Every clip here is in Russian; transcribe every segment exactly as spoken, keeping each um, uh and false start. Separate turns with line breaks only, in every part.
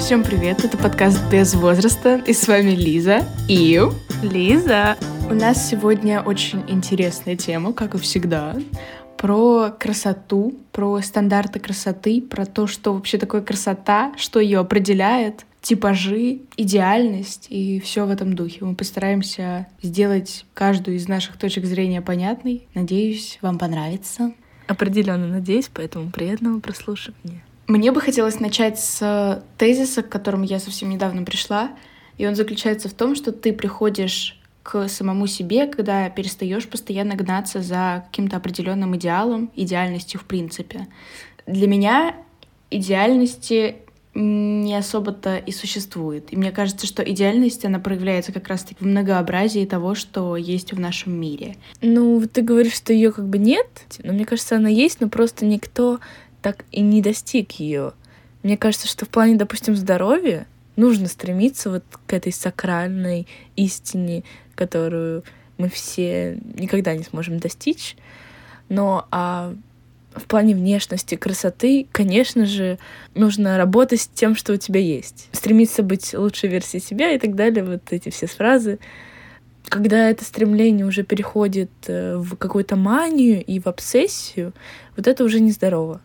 Всем привет, это подкаст «Без возраста», и с вами Лиза и...
Лиза.
У нас сегодня очень интересная тема, как и всегда, про красоту, про стандарты красоты, про то, что вообще такое красота, что ее определяет, типажи, идеальность и все в этом духе. Мы постараемся сделать каждую из наших точек зрения понятной. Надеюсь, вам понравится.
Определенно надеюсь, поэтому приятного прослушивания.
Мне бы хотелось начать с тезиса, к которому я совсем недавно пришла, и он заключается в том, что ты приходишь к самому себе, когда перестаешь постоянно гнаться за каким-то определенным идеалом, идеальностью в принципе. Для меня идеальности не особо-то и существует. И мне кажется, что идеальность, она проявляется как раз-таки в многообразии того, что есть в нашем мире.
Ну, ты говоришь, что ее как бы нет, но мне кажется, она есть, но просто никто так и не достиг ее. Мне кажется, что в плане, допустим, здоровья нужно стремиться вот к этой сакральной истине, которую мы все никогда не сможем достичь. Но а в плане внешности, красоты, конечно же, нужно работать с тем, что у тебя есть. Стремиться быть лучшей версией себя и так далее. Вот эти все фразы. Когда это стремление уже переходит в какую-то манию и в обсессию, вот это уже нездорово.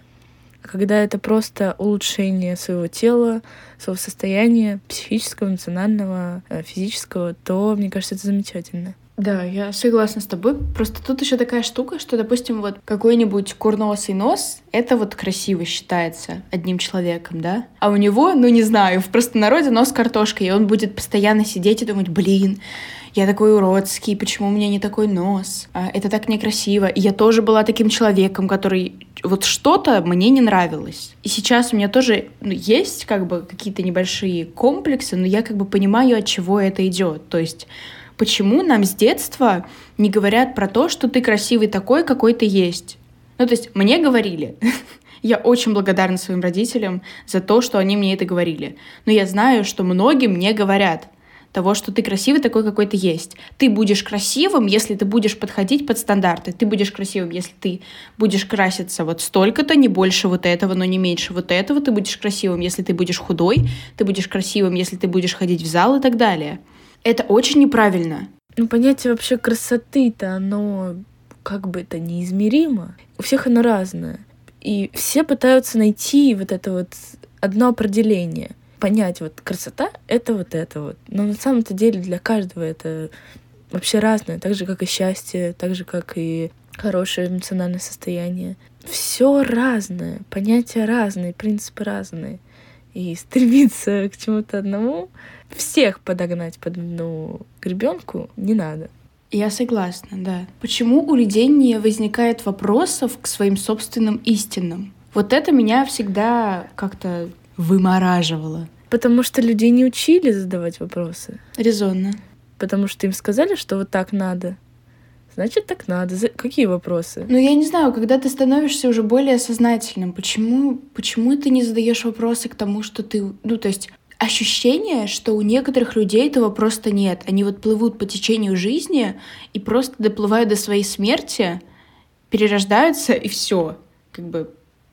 Когда это просто улучшение своего тела, своего состояния психического, эмоционального, физического, то, мне кажется, это замечательно.
Да, я согласна с тобой. Просто тут еще такая штука, что, допустим, вот какой-нибудь курносый нос, это вот красиво считается одним человеком, да? А у него, ну не знаю, в простонародье нос картошкой, и он будет постоянно сидеть и думать, блин, я такой уродский, почему у меня не такой нос? А, это так некрасиво. И я тоже была таким человеком, который вот что-то мне не нравилось. И сейчас у меня тоже ну, есть как бы какие-то небольшие комплексы, но я как бы понимаю, от чего это идет. То есть почему нам с детства не говорят про то, что ты красивый такой, какой ты есть? Ну, то есть мне говорили. Я очень благодарна своим родителям за то, что они мне это говорили. Но я знаю, что многим не говорят того, что ты красивый такой, какой ты есть. Ты будешь красивым, если ты будешь подходить под стандарты. Ты будешь красивым, если ты будешь краситься вот столько-то, не больше вот этого, но не меньше вот этого. Ты будешь красивым, если ты будешь худой. Ты будешь красивым, если ты будешь ходить в зал и так далее. Это очень неправильно.
Ну, понятие вообще красоты-то, оно как бы это неизмеримо. У всех оно разное. И все пытаются найти вот это вот одно определение. Понять, вот красота — это вот это вот. Но на самом-то деле для каждого это вообще разное. Так же, как и счастье, так же, как и хорошее эмоциональное состояние. Все разное, понятия разные, принципы разные. И стремиться к чему-то одному, всех подогнать под одну гребенку не надо.
Я согласна, да. Почему у людей не возникает вопросов к своим собственным истинам? Вот это меня всегда как-то вымораживало.
Потому что людей не учили задавать вопросы.
Резонно.
Потому что им сказали, что вот так надо. Значит, так надо. За... Какие вопросы?
Ну, я не знаю, когда ты становишься уже более сознательным, почему, почему ты не задаешь вопросы к тому, что ты... Ну, то есть ощущение, что у некоторых людей этого просто нет. Они вот плывут по течению жизни и просто доплывают до своей смерти, перерождаются, и все. Как бы,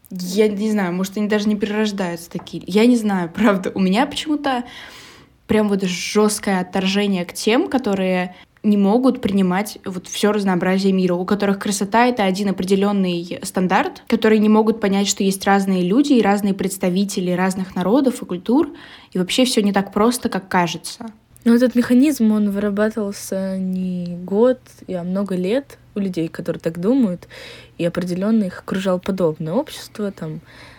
я не знаю, может, они даже не перерождаются такие. Я не знаю, правда. У меня почему-то прям вот жесткое отторжение к тем, которые не могут принимать вот все разнообразие мира, у которых красота — это один определенный стандарт, которые не могут понять, что есть разные люди и разные представители разных народов и культур, и вообще все не так просто, как кажется.
Но этот механизм, он вырабатывался не год, а много лет у людей, которые так думают, и определенно их окружало подобное общество, там,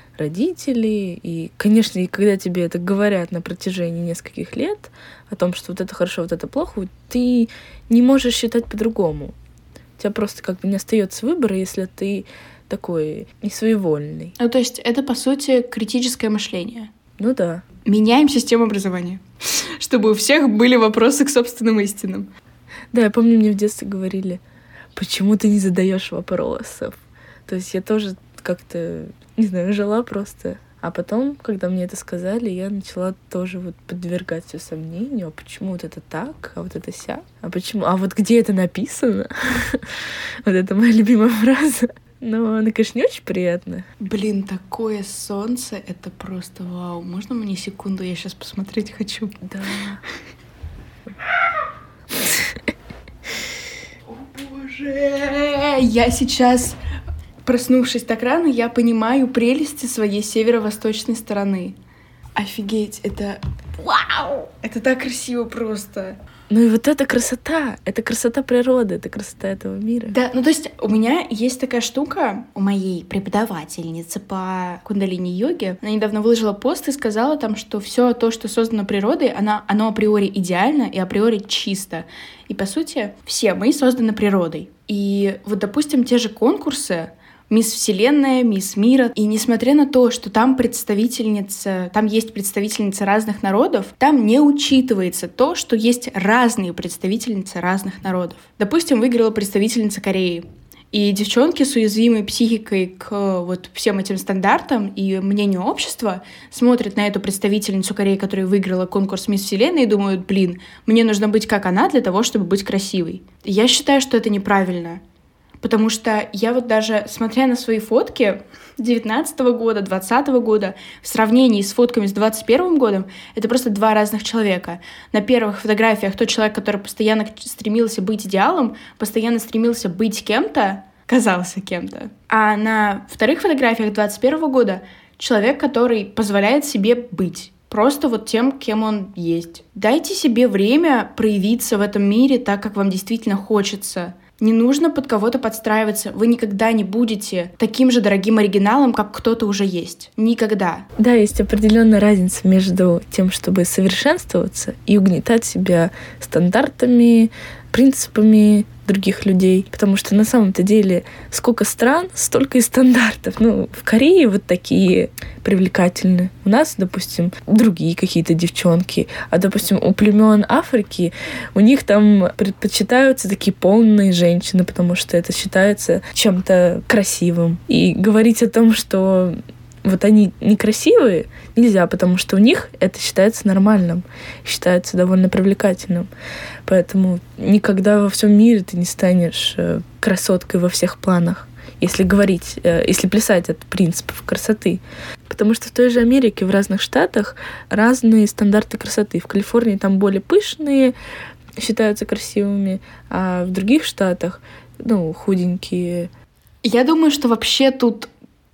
родители. И, конечно, и когда тебе это говорят на протяжении нескольких лет о том, что вот это хорошо, вот это плохо, ты не можешь считать по-другому. У тебя просто как бы не остается выбора, если ты такой несвоевольный.
Ну, то есть это, по сути, критическое мышление.
Ну да.
Меняем систему образования, чтобы у всех были вопросы к собственным истинам.
Да, я помню, мне в детстве говорили, почему ты не задаешь вопросов? То есть я тоже как-то, не знаю, жила просто. А потом, когда мне это сказали, я начала тоже вот подвергать все сомнению. А почему вот это так, а вот это сяк? А почему? А вот где это написано? Вот это моя любимая фраза. Но она, конечно, не очень приятная.
Блин, такое солнце, это просто вау. Можно мне секунду? Я сейчас посмотреть хочу.
Да.
О боже! Я сейчас, проснувшись так рано, я понимаю прелести своей северо-восточной стороны. Офигеть, это... Вау! Это так красиво просто.
Ну и вот эта красота, это красота природы, это красота этого мира.
Да, ну то есть у меня есть такая штука, у моей преподавательницы по кундалини-йоге, она недавно выложила пост и сказала там, что все то, что создано природой, оно, оно априори идеально и априори чисто. И по сути все мы созданы природой. И вот, допустим, те же конкурсы, Мисс Вселенная, Мисс Мира. И несмотря на то, что там представительница, там есть представительницы разных народов, там не учитывается то, что есть разные представительницы разных народов. Допустим, выиграла представительница Кореи. И девчонки с уязвимой психикой к вот всем этим стандартам и мнению общества смотрят на эту представительницу Кореи, которая выиграла конкурс Мисс Вселенная, и думают, блин, мне нужно быть как она для того, чтобы быть красивой. Я считаю, что это неправильно. Потому что я вот даже, смотря на свои фотки девятнадцатого года, двадцатого года, в сравнении с фотками с двадцать первым годом, это просто два разных человека. На первых фотографиях тот человек, который постоянно стремился быть идеалом, постоянно стремился быть кем-то, казался кем-то. А на вторых фотографиях двадцать первого года человек, который позволяет себе быть. Просто вот тем, кем он есть. Дайте себе время проявиться в этом мире так, как вам действительно хочется. Не нужно под кого-то подстраиваться. Вы никогда не будете таким же дорогим оригиналом, как кто-то уже есть. Никогда.
Да, есть определенная разница между тем, чтобы совершенствоваться и угнетать себя стандартами, принципами других людей. Потому что на самом-то деле сколько стран, столько и стандартов. Ну, в Корее вот такие привлекательные. У нас, допустим, другие какие-то девчонки. А, допустим, у племен Африки у них там предпочитаются такие полные женщины, потому что это считается чем-то красивым. И говорить о том, что вот они некрасивые, нельзя, потому что у них это считается нормальным, считается довольно привлекательным. Поэтому никогда во всем мире ты не станешь красоткой во всех планах, если говорить, если плясать от принципов красоты. Потому что в той же Америке, в разных штатах разные стандарты красоты. В Калифорнии там более пышные, считаются красивыми, а в других штатах, ну, худенькие.
Я думаю, что вообще тут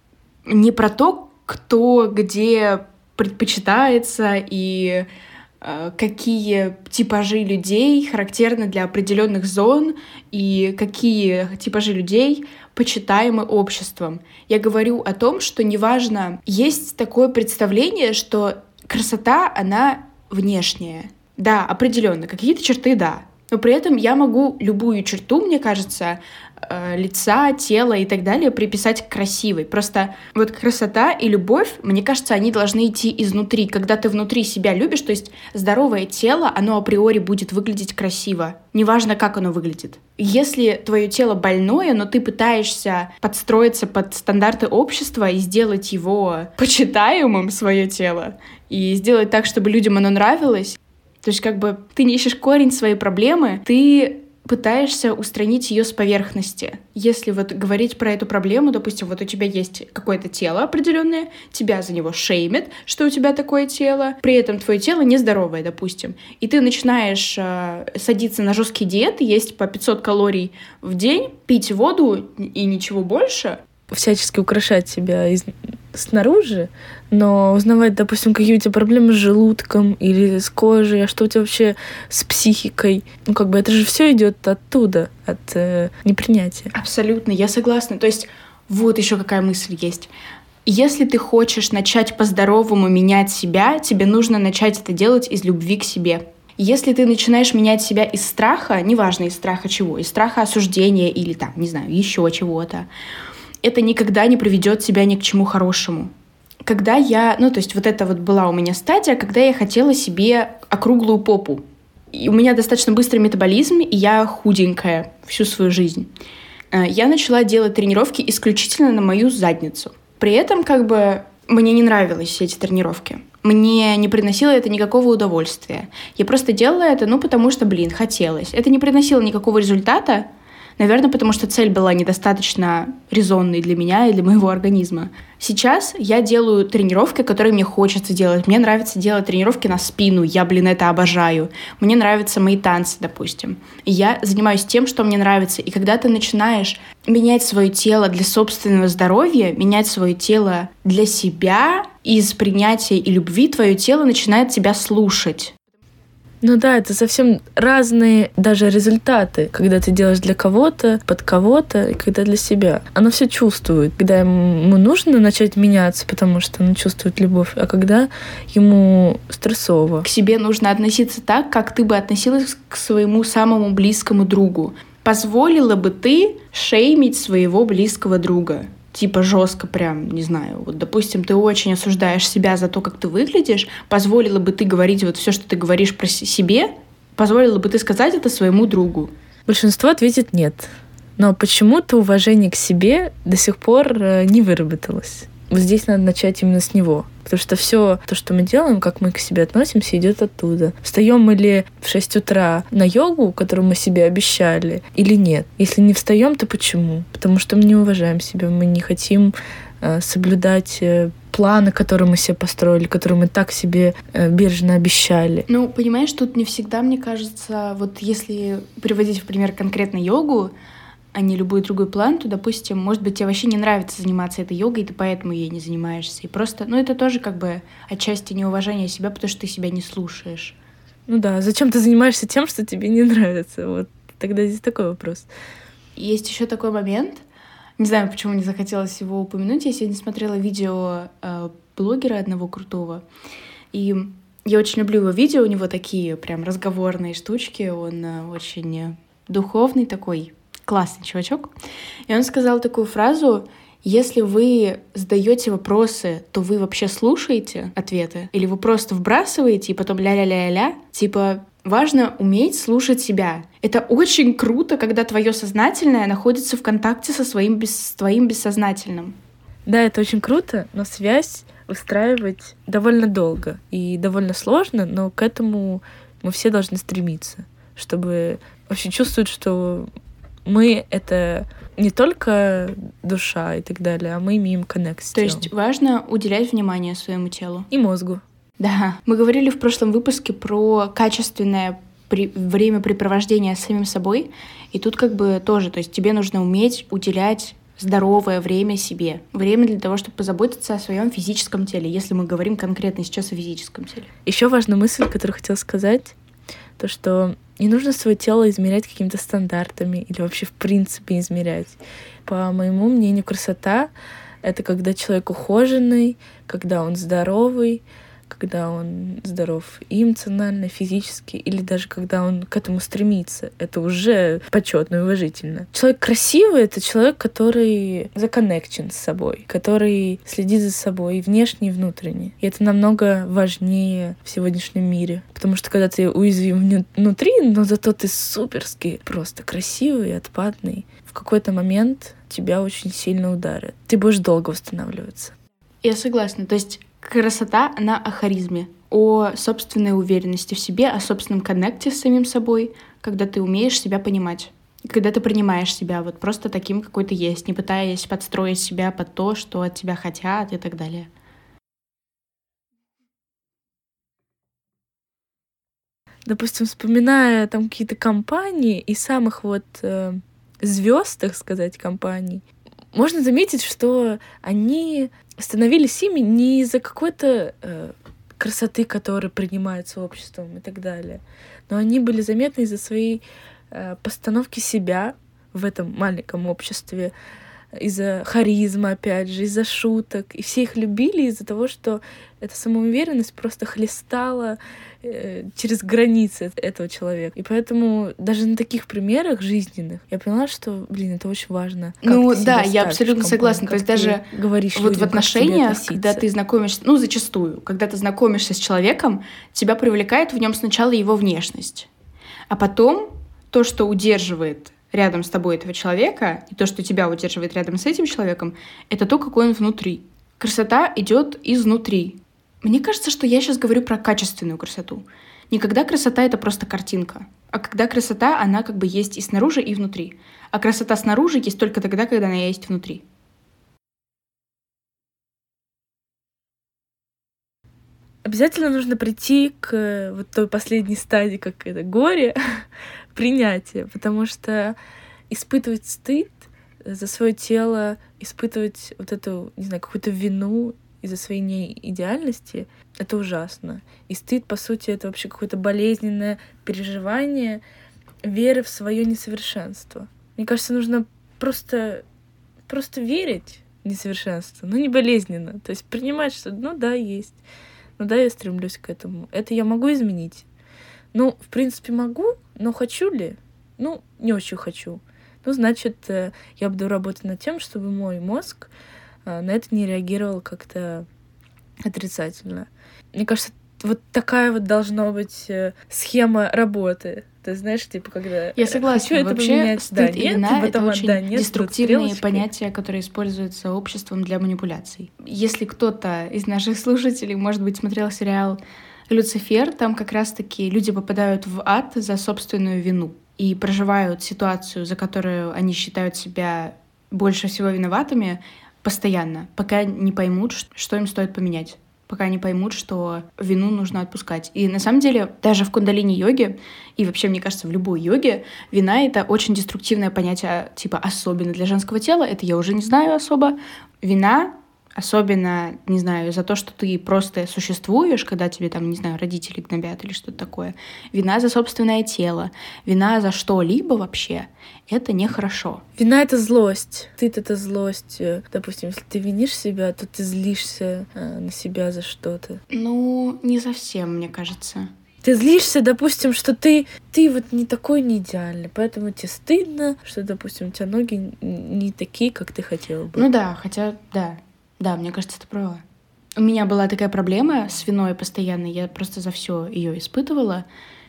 не про то, кто где предпочитается и э, какие типажи людей характерны для определенных зон и какие типажи людей почитаемы обществом. Я говорю о том, что неважно, есть такое представление, что красота, она внешняя. Да, определенно, какие-то черты, да. Но при этом я могу любую черту, мне кажется, лица, тела и так далее приписать к красивой. Просто вот красота и любовь, мне кажется, они должны идти изнутри. Когда ты внутри себя любишь, то есть здоровое тело, оно априори будет выглядеть красиво. Неважно, как оно выглядит. Если твое тело больное, но ты пытаешься подстроиться под стандарты общества и сделать его почитаемым, свое тело, и сделать так, чтобы людям оно нравилось, то есть как бы ты не ищешь корень своей проблемы, ты пытаешься устранить ее с поверхности. Если вот говорить про эту проблему, допустим, вот у тебя есть какое-то тело определенное, тебя за него шеймят, что у тебя такое тело, при этом твое тело нездоровое, допустим, и ты начинаешь э, садиться на жесткие диеты, есть по пятьсот калорий в день, пить воду и ничего больше,
всячески украшать себя из... снаружи, но узнавать, допустим, какие у тебя проблемы с желудком или с кожей, а что у тебя вообще с психикой. Ну, как бы это же все идет оттуда, от э, непринятия.
Абсолютно, я согласна. То есть вот еще какая мысль есть. Если ты хочешь начать по-здоровому менять себя, тебе нужно начать это делать из любви к себе. Если ты начинаешь менять себя из страха, неважно из страха чего, из страха осуждения или там, не знаю, еще чего-то, это никогда не приведет тебя ни к чему хорошему. Когда я, ну, то есть вот это вот была у меня стадия, когда я хотела себе округлую попу. И у меня достаточно быстрый метаболизм, и я худенькая всю свою жизнь. Я начала делать тренировки исключительно на мою задницу. При этом как бы мне не нравились все эти тренировки. Мне не приносило это никакого удовольствия. Я просто делала это, ну, потому что, блин, хотелось. Это не приносило никакого результата, Наверное, потому что цель была недостаточно резонной для меня и для моего организма. Сейчас я делаю тренировки, которые мне хочется делать. Мне нравится делать тренировки на спину. Я, блин, это обожаю. Мне нравятся мои танцы, допустим. И я занимаюсь тем, что мне нравится. И когда ты начинаешь менять свое тело для собственного здоровья, менять свое тело для себя, из принятия и любви твое тело начинает тебя слушать.
Ну да, это совсем разные даже результаты, когда ты делаешь для кого-то, под кого-то, и когда для себя. Оно все чувствует, когда ему нужно начать меняться, потому что он чувствует любовь, а когда ему стрессово.
К себе нужно относиться так, как ты бы относилась к своему самому близкому другу. Позволила бы ты шеймить своего близкого друга? Типа жестко прям, не знаю, вот, допустим, ты очень осуждаешь себя за то, как ты выглядишь, позволила бы ты говорить вот все, что ты говоришь про себе, позволила бы ты сказать это своему другу?
Большинство ответит нет. Но почему-то уважение к себе до сих пор не выработалось. Вот здесь надо начать именно с него. Потому что все то, что мы делаем, как мы к себе относимся, идет оттуда. Встаем мы ли в шесть утра на йогу, которую мы себе обещали, или нет? Если не встаем, то почему? Потому что мы не уважаем себя, мы не хотим э, соблюдать э, планы, которые мы себе построили, которые мы так себе э, бережно обещали.
Ну, понимаешь, тут не всегда, мне кажется, вот если приводить в пример конкретно йогу, а не любой другой план, то, допустим, может быть, тебе вообще не нравится заниматься этой йогой, и ты поэтому ей не занимаешься. И просто, ну, это тоже как бы отчасти неуважение себя, потому что ты себя не слушаешь.
Ну да, зачем ты занимаешься тем, что тебе не нравится? Вот тогда здесь такой вопрос.
Есть еще такой момент, не знаю, почему не захотелось его упомянуть, я сегодня смотрела видео э, блогера одного крутого, и я очень люблю его видео, у него такие прям разговорные штучки, он э, очень духовный такой, классный чувачок. И он сказал такую фразу: если вы задаете вопросы, то вы вообще слушаете ответы? Или вы просто вбрасываете и потом ля-ля-ля-ля? Типа, важно уметь слушать себя. Это очень круто, когда твое сознательное находится в контакте со своим, бес... с твоим бессознательным.
Да, это очень круто, но связь выстраивать довольно долго и довольно сложно, но к этому мы все должны стремиться, чтобы вообще чувствовать, что мы — это не только душа и так далее, а мы имеем коннект с
То
телом.
есть важно уделять внимание своему телу.
И мозгу.
Да. Мы говорили в прошлом выпуске про качественное при... времяпрепровождение с самим собой. И тут как бы тоже, то есть тебе нужно уметь уделять здоровое время себе. Время для того, чтобы позаботиться о своем физическом теле, если мы говорим конкретно сейчас о физическом теле.
Еще важная мысль, которую хотела сказать, то, что не нужно свое тело измерять какими-то стандартами или вообще в принципе измерять. По моему мнению, красота — это когда человек ухоженный, когда он здоровый, когда он здоров и эмоционально, и физически, или даже когда он к этому стремится. Это уже почетно и уважительно. Человек красивый — это человек, который законнекчен с собой, который следит за собой и внешне, и внутренне. И это намного важнее в сегодняшнем мире. Потому что когда ты уязвим внутри, но зато ты суперски просто красивый и отпадный, в какой-то момент тебя очень сильно ударят. Ты будешь долго восстанавливаться.
Я согласна. То есть красота, она о харизме, о собственной уверенности в себе, о собственном коннекте с самим собой, когда ты умеешь себя понимать. Когда ты принимаешь себя вот просто таким, какой ты есть, не пытаясь подстроить себя под то, что от тебя хотят и так далее.
Допустим, вспоминая там какие-то компании и самых вот э, звезд, так сказать, компаний, можно заметить, что они становились ими не из-за какой-то э, красоты, которая принимается обществом и так далее, но они были заметны из-за своей э, постановки себя в этом маленьком обществе, из-за харизмы, опять же, из-за шуток. И все их любили из-за того, что эта самоуверенность просто хлестала э, через границы этого человека. И поэтому даже на таких примерах жизненных я поняла, что, блин, это очень важно. Как
ну
ты
да,
себя
я абсолютно согласна. То есть даже
говоришь
вот
людям,
в отношениях, когда ты знакомишься, ну зачастую, когда ты знакомишься с человеком, тебя привлекает в нем сначала его внешность, а потом то, что удерживает рядом с тобой этого человека, и то, что тебя удерживает рядом с этим человеком, это то, какой он внутри. Красота идет изнутри. Мне кажется, что я сейчас говорю про качественную красоту. Не когда красота — это просто картинка, а когда красота, она как бы есть и снаружи, и внутри. А красота снаружи есть только тогда, когда она есть внутри.
Обязательно нужно прийти к вот той последней стадии, как это горе, принятие, потому что испытывать стыд за свое тело, испытывать вот эту, не знаю, какую-то вину из-за своей неидеальности, это ужасно. И стыд, по сути, это вообще какое-то болезненное переживание веры в свое несовершенство. Мне кажется, нужно просто, просто верить в несовершенство, но не болезненно. То есть принимать, что, ну да, есть. Ну да, я стремлюсь к этому. Это я могу изменить? Ну, в принципе, могу, но хочу ли? Ну, не очень хочу. Ну, значит, я буду работать над тем, чтобы мой мозг на это не реагировал как-то отрицательно. Мне кажется, вот такая вот должна быть схема работы. Ты знаешь, типа, когда...
Я согласна.
Хочу
Вообще,
это поменять,
стыд
да,
и
нет,
вина — это
потом,
очень
да, нет,
деструктивные
стрелочки.
понятия, которые используются обществом для манипуляций. Если кто-то из наших слушателей, может быть, смотрел сериал «Люцифер», там как раз-таки люди попадают в ад за собственную вину и проживают ситуацию, за которую они считают себя больше всего виноватыми, постоянно, пока не поймут, что им стоит поменять, пока не поймут, что вину нужно отпускать. И на самом деле даже в кундалини-йоге и вообще, мне кажется, в любой йоге вина — это очень деструктивное понятие, типа особенно для женского тела, это я уже не знаю особо. Вина, особенно, не знаю, за то, что ты просто существуешь, когда тебе там, не знаю, родители гнобят или что-то такое. Вина за собственное тело, вина за что-либо вообще — это нехорошо.
Вина — это злость. Стыд — это злость. Допустим, если ты винишь себя, то ты злишься на себя за что-то.
Ну, не совсем, мне кажется.
Ты злишься, допустим, что ты, ты вот не такой, не идеальный, поэтому тебе стыдно, что, допустим, у тебя ноги не такие, как ты хотела бы.
Ну да, хотя, да, да, мне кажется, ты права. У меня была такая проблема с виной постоянно, я просто за все ее испытывала,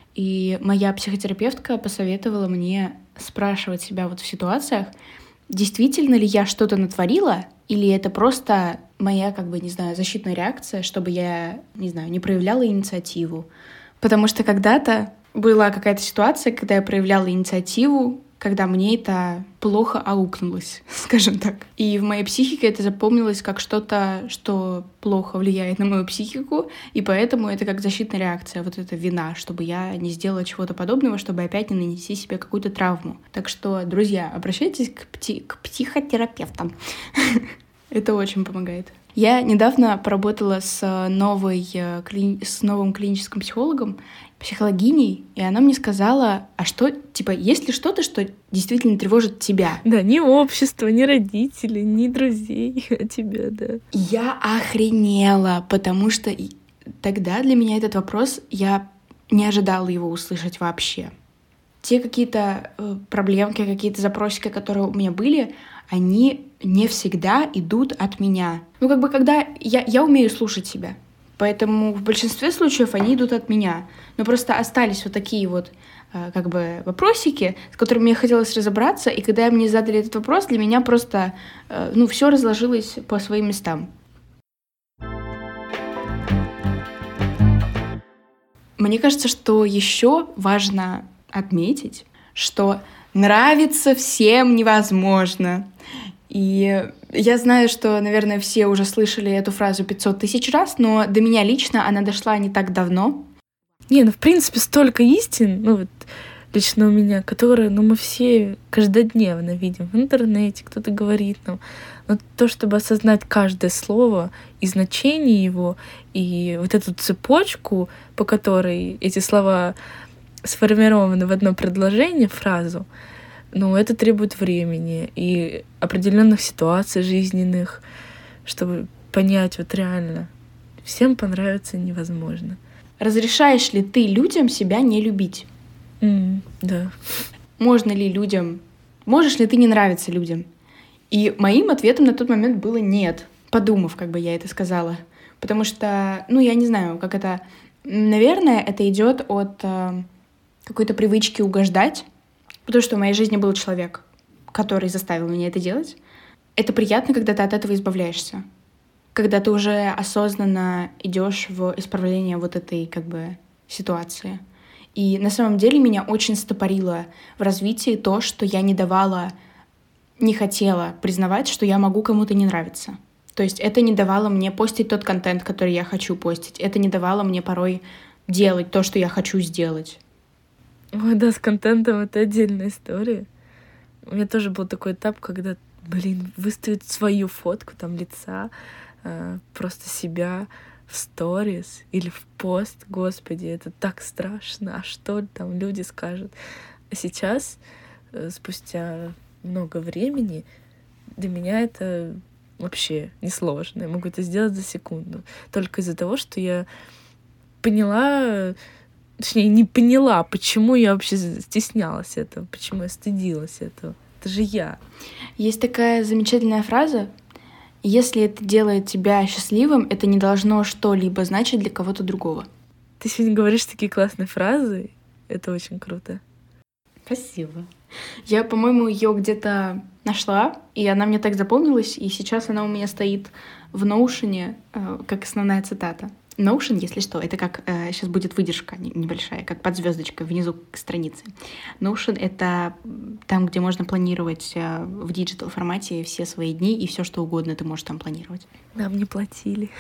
и моя психотерапевтка посоветовала мне спрашивать себя вот в ситуациях, действительно ли я что-то натворила, или это просто моя, как бы, не знаю, защитная реакция, чтобы я, не знаю, не проявляла инициативу. Потому что когда-то была какая-то ситуация, когда я проявляла инициативу, когда мне это плохо аукнулось, скажем так. И в моей психике это запомнилось как что-то, что плохо влияет на мою психику, и поэтому это как защитная реакция, вот эта вина, чтобы я не сделала чего-то подобного, чтобы опять не нанести себе какую-то травму. Так что, друзья, обращайтесь к, пти- к психотерапевтам. Это очень помогает. Я недавно поработала с, новой, с новым клиническим психологом, психологиней, и она мне сказала, а что, типа, есть ли что-то, что действительно тревожит тебя?
Да, ни общество, ни родители, ни друзей, а тебя, да.
Я охренела, потому что тогда для меня этот вопрос, я не ожидала его услышать вообще. Те какие-то э, проблемки, какие-то запросики, которые у меня были, они не всегда идут от меня. Ну, как бы, когда я, я умею слушать себя, поэтому в большинстве случаев они идут от меня. Но просто остались вот такие вот э, как бы вопросики, с которыми мне хотелось разобраться, и когда мне задали этот вопрос, для меня просто, э, ну, все разложилось по своим местам. Мне кажется, что еще важно отметить, что нравится всем невозможно. И я знаю, что, наверное, все уже слышали эту фразу пятьсот тысяч раз, но до меня лично она дошла не так давно.
Не, ну, в принципе, столько истин, ну, вот, лично у меня, которые, ну, мы все каждодневно видим в интернете, кто-то говорит нам. Но то, чтобы осознать каждое слово и значение его, и вот эту цепочку, по которой эти слова сформированы в одно предложение, фразу, ну, это требует времени и определенных ситуаций жизненных, чтобы понять вот реально. Всем понравится невозможно.
Разрешаешь ли ты людям себя не любить?
Mm, да.
Можно ли людям... Можешь ли ты не нравиться людям? И моим ответом на тот момент было нет, подумав, как бы я это сказала. Потому что, ну, я не знаю, как это... Наверное, это идет от э, какой-то привычки угождать, потому что в моей жизни был человек, который заставил меня это делать. Это приятно, когда ты от этого избавляешься. Когда ты уже осознанно идешь в исправление вот этой, как бы, ситуации. И на самом деле меня очень стопорило в развитии то, что я не давала, не хотела признавать, что я могу кому-то не нравиться. То есть это не давало мне постить тот контент, который я хочу постить. Это не давало мне порой делать то, что я хочу сделать.
Ой, да, с контентом это отдельная история. У меня тоже был такой этап, когда, блин, выставить свою фотку там лица, э, просто себя в сторис или в пост. Господи, это так страшно. А что там люди скажут? А сейчас, э, спустя много времени, для меня это вообще несложно. Я могу это сделать за секунду. Только из-за того, что я поняла, точнее, не поняла, почему я вообще стеснялась этого, почему я стыдилась этого. Это же я.
Есть такая замечательная фраза: если это делает тебя счастливым, это не должно что-либо значить для кого-то другого.
Ты сегодня говоришь такие классные фразы. Это очень круто.
Спасибо. Я, по-моему, ее где-то нашла, и она мне так запомнилась, и сейчас она у меня стоит в Notion э, как основная цитата. Notion, если что, это как э, сейчас будет выдержка небольшая, как под звездочкой внизу к странице. Notion — это там, где можно планировать э, в диджитал формате все свои дни, и все что угодно ты можешь там планировать.
Нам не платили.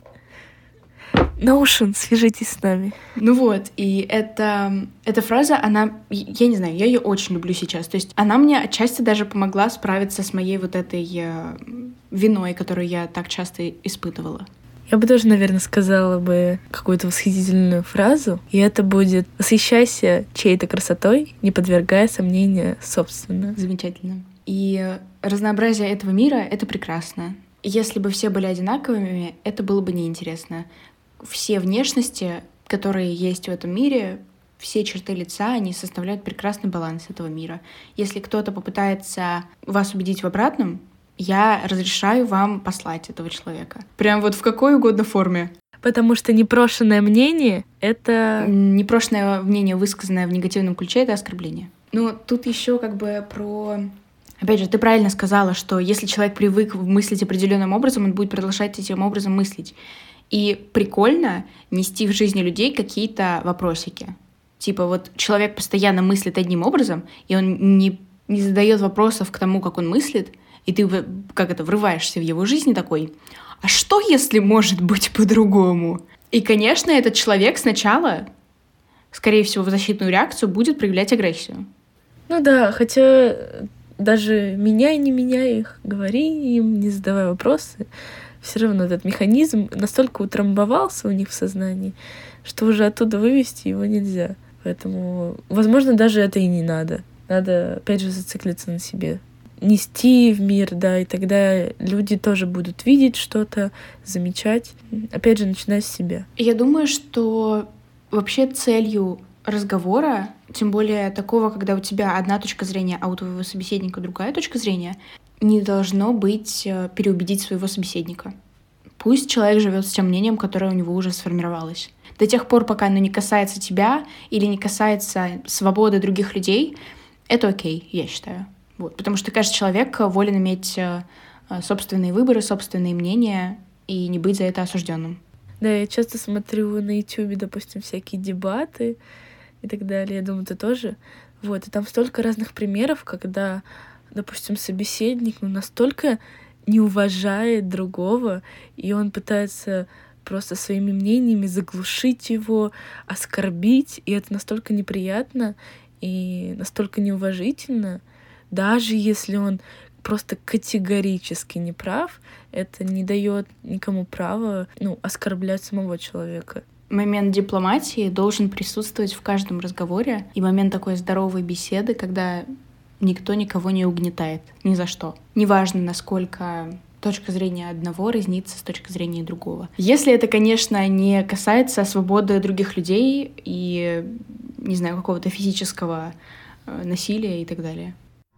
Notion, свяжитесь с нами.
Ну вот, и это, эта фраза, она, я не знаю, я ее очень люблю сейчас. То есть она мне отчасти даже помогла справиться с моей вот этой э, виной, которую я так часто испытывала.
Я бы тоже, наверное, сказала бы какую-то восхитительную фразу, и это будет: «Восхищайся чьей-то красотой, не подвергая сомнения собственную».
Замечательно. И разнообразие этого мира — это прекрасно. Если бы все были одинаковыми, это было бы неинтересно. Все внешности, которые есть в этом мире, все черты лица, они составляют прекрасный баланс этого мира. Если кто-то попытается вас убедить в обратном, я разрешаю вам послать этого человека. Прям вот в какой угодно форме.
Потому что непрошенное мнение — это...
Непрошенное мнение, высказанное в негативном ключе, — это оскорбление. Но тут еще как бы про... Опять же, ты правильно сказала, что если человек привык мыслить определенным образом, он будет продолжать этим образом мыслить. И прикольно нести в жизни людей какие-то вопросики. Типа вот человек постоянно мыслит одним образом, и он не, не задает вопросов к тому, как он мыслит, и ты как это врываешься в его жизнь такой: а что, если может быть по-другому? И, конечно, этот человек сначала, скорее всего, в защитную реакцию будет проявлять агрессию.
Ну да, хотя даже меняй, не меняй их, говори им, не задавай вопросы. Все равно этот механизм настолько утрамбовался у них в сознании, что уже оттуда вывести его нельзя. Поэтому, возможно, даже это и не надо. Надо, опять же, зациклиться на себе. Нести в мир, да, и тогда люди тоже будут видеть что-то, замечать. Опять же, начиная с себя.
Я думаю, что вообще целью разговора, тем более такого, когда у тебя одна точка зрения, а у твоего собеседника другая точка зрения, не должно быть переубедить своего собеседника. Пусть человек живет с тем мнением, которое у него уже сформировалось. До тех пор, пока оно не касается тебя или не касается свободы других людей, это окей, я считаю. Вот. Потому что каждый человек волен иметь собственные выборы, собственные мнения и не быть за это осужденным.
Да, я часто смотрю на Ютубе, допустим, всякие дебаты и так далее. Я думаю, ты тоже. Вот, и там столько разных примеров, когда, допустим, собеседник ну, настолько не уважает другого, и он пытается просто своими мнениями заглушить его, оскорбить, и это настолько неприятно и настолько неуважительно. Даже если он просто категорически не прав, это не дает никому права ну, оскорблять самого человека.
Момент дипломатии должен присутствовать в каждом разговоре, и момент такой здоровой беседы, когда никто никого не угнетает ни за что. Неважно, насколько точка зрения одного разнится с точки зрения другого. Если это, конечно, не касается свободы других людей и, не знаю, какого-то физического насилия и так далее.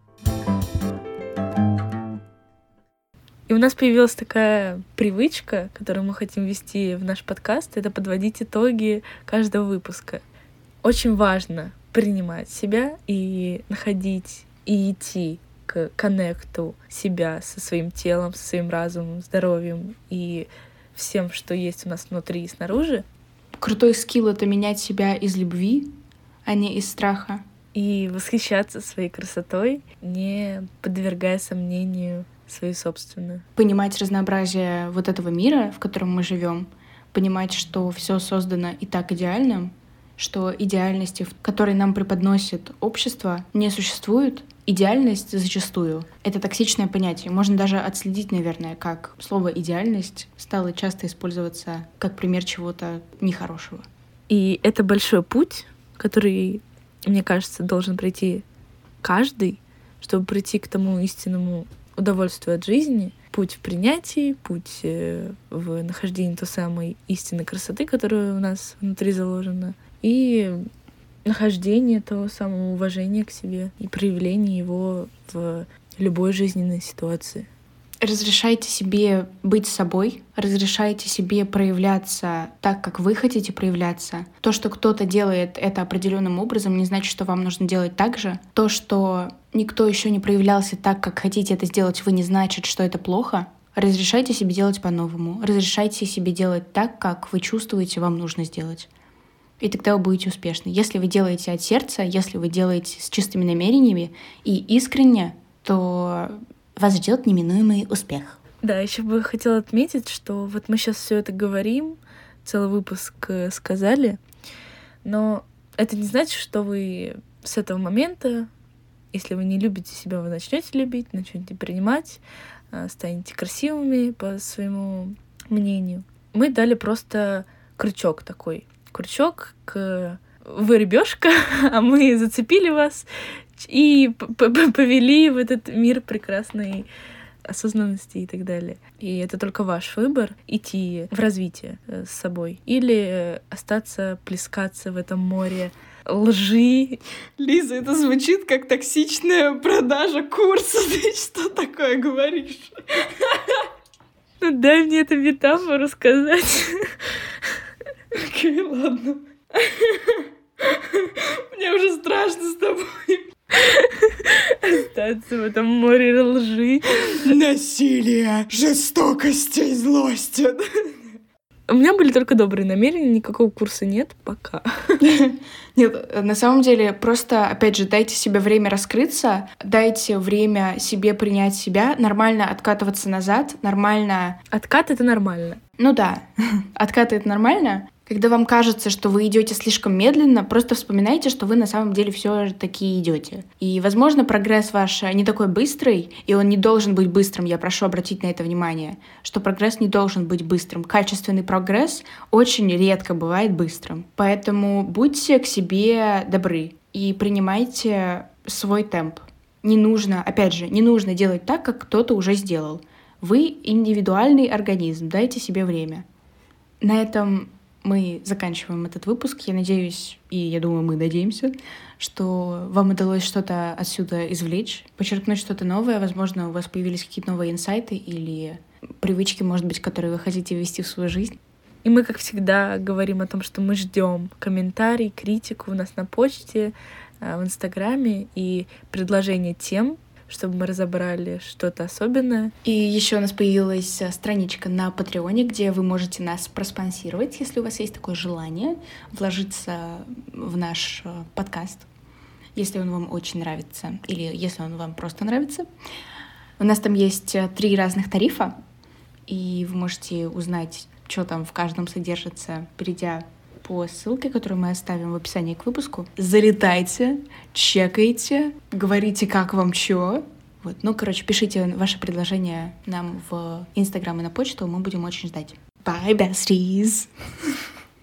И у нас появилась такая привычка, которую мы хотим вести в наш подкаст, это подводить итоги каждого выпуска. Очень важно принимать себя и находить и идти к коннекту себя со своим телом, со своим разумом, здоровьем и всем, что есть у нас внутри и снаружи.
крутой скилл — это менять себя из любви, а не из страха.
И восхищаться своей красотой, не подвергая сомнению свою собственную.
Понимать разнообразие вот этого мира, в котором мы живем, понимать, что все создано и так идеальным, что идеальности, которые нам преподносит общество, не существует. Идеальность зачастую — это токсичное понятие. Можно даже отследить, наверное, как слово «идеальность» стало часто использоваться как пример чего-то нехорошего.
И это большой путь, который, мне кажется, должен пройти каждый, чтобы прийти к тому истинному удовольствию от жизни. Путь в принятии, путь в нахождении той самой истинной красоты, которая у нас внутри заложена, и нахождение того самого уважения к себе и проявление его в любой жизненной ситуации.
Разрешайте себе быть собой, разрешайте себе проявляться так, как вы хотите проявляться. То, что кто-то делает это определенным образом, не значит, что вам нужно делать так же. То, что никто еще не проявлялся так, как хотите это сделать, вы, не значит, что это плохо. Разрешайте себе делать по-новому. Разрешайте себе делать так, как вы чувствуете, вам нужно сделать. И тогда вы будете успешны. Если вы делаете от сердца, если вы делаете с чистыми намерениями и искренне, то вас ждет неминуемый успех.
Да, еще бы хотела отметить, что вот мы сейчас все это говорим, целый выпуск сказали, но это не значит, что вы с этого момента, если вы не любите себя, вы начнете любить, начнете принимать, станете красивыми по своему мнению. Мы дали просто крючок такой. Крючок к «вы рыбешка», а мы зацепили вас и повели в этот мир прекрасной осознанности и так далее. И это только ваш выбор — идти в развитие с собой или остаться плескаться в этом море лжи.
Лиза, это звучит как токсичная продажа курса. Ты что такое говоришь?
Ну дай мне эту метафору сказать.
Окей, ладно. Мне уже страшно с тобой.
Остаться в этом море лжи.
Насилия, жестокости и злости.
У меня были только добрые намерения, никакого курса нет пока.
Нет, на самом деле, просто, опять же, дайте себе время раскрыться, дайте время себе принять себя, нормально откатываться назад, нормально...
Откат — это нормально.
Ну да, откат — это нормально. Когда вам кажется, что вы идете слишком медленно, просто вспоминайте, что вы на самом деле все таки идете. И, возможно, прогресс ваш не такой быстрый, и он не должен быть быстрым. Я прошу обратить на это внимание, что прогресс не должен быть быстрым. Качественный прогресс очень редко бывает быстрым. Поэтому будьте к себе добры и принимайте свой темп. Не нужно, опять же, не нужно делать так, как кто-то уже сделал. Вы индивидуальный организм, дайте себе время. На этом мы заканчиваем этот выпуск. Я надеюсь, и я думаю, мы надеемся, что вам удалось что-то отсюда извлечь, подчеркнуть что-то новое. Возможно, у вас появились какие-то новые инсайты или привычки, может быть, которые вы хотите ввести в свою жизнь.
И мы, как всегда, говорим о том, что мы ждем комментарий, критику у нас на почте, в Инстаграме и предложения тем, чтобы мы разобрали что-то особенное.
И еще у нас появилась страничка на Патреоне, где вы можете нас проспонсировать, если у вас есть такое желание, вложиться в наш подкаст, если он вам очень нравится или если он вам просто нравится. У нас там есть три разных тарифа, и вы можете узнать, что там в каждом содержится, перейдя по ссылке, которую мы оставим в описании к выпуску. Залетайте, чекайте, говорите, как вам чё. Вот. Ну, короче, пишите ваши предложения нам в Инстаграм и на почту, мы будем очень ждать. Bye, besties!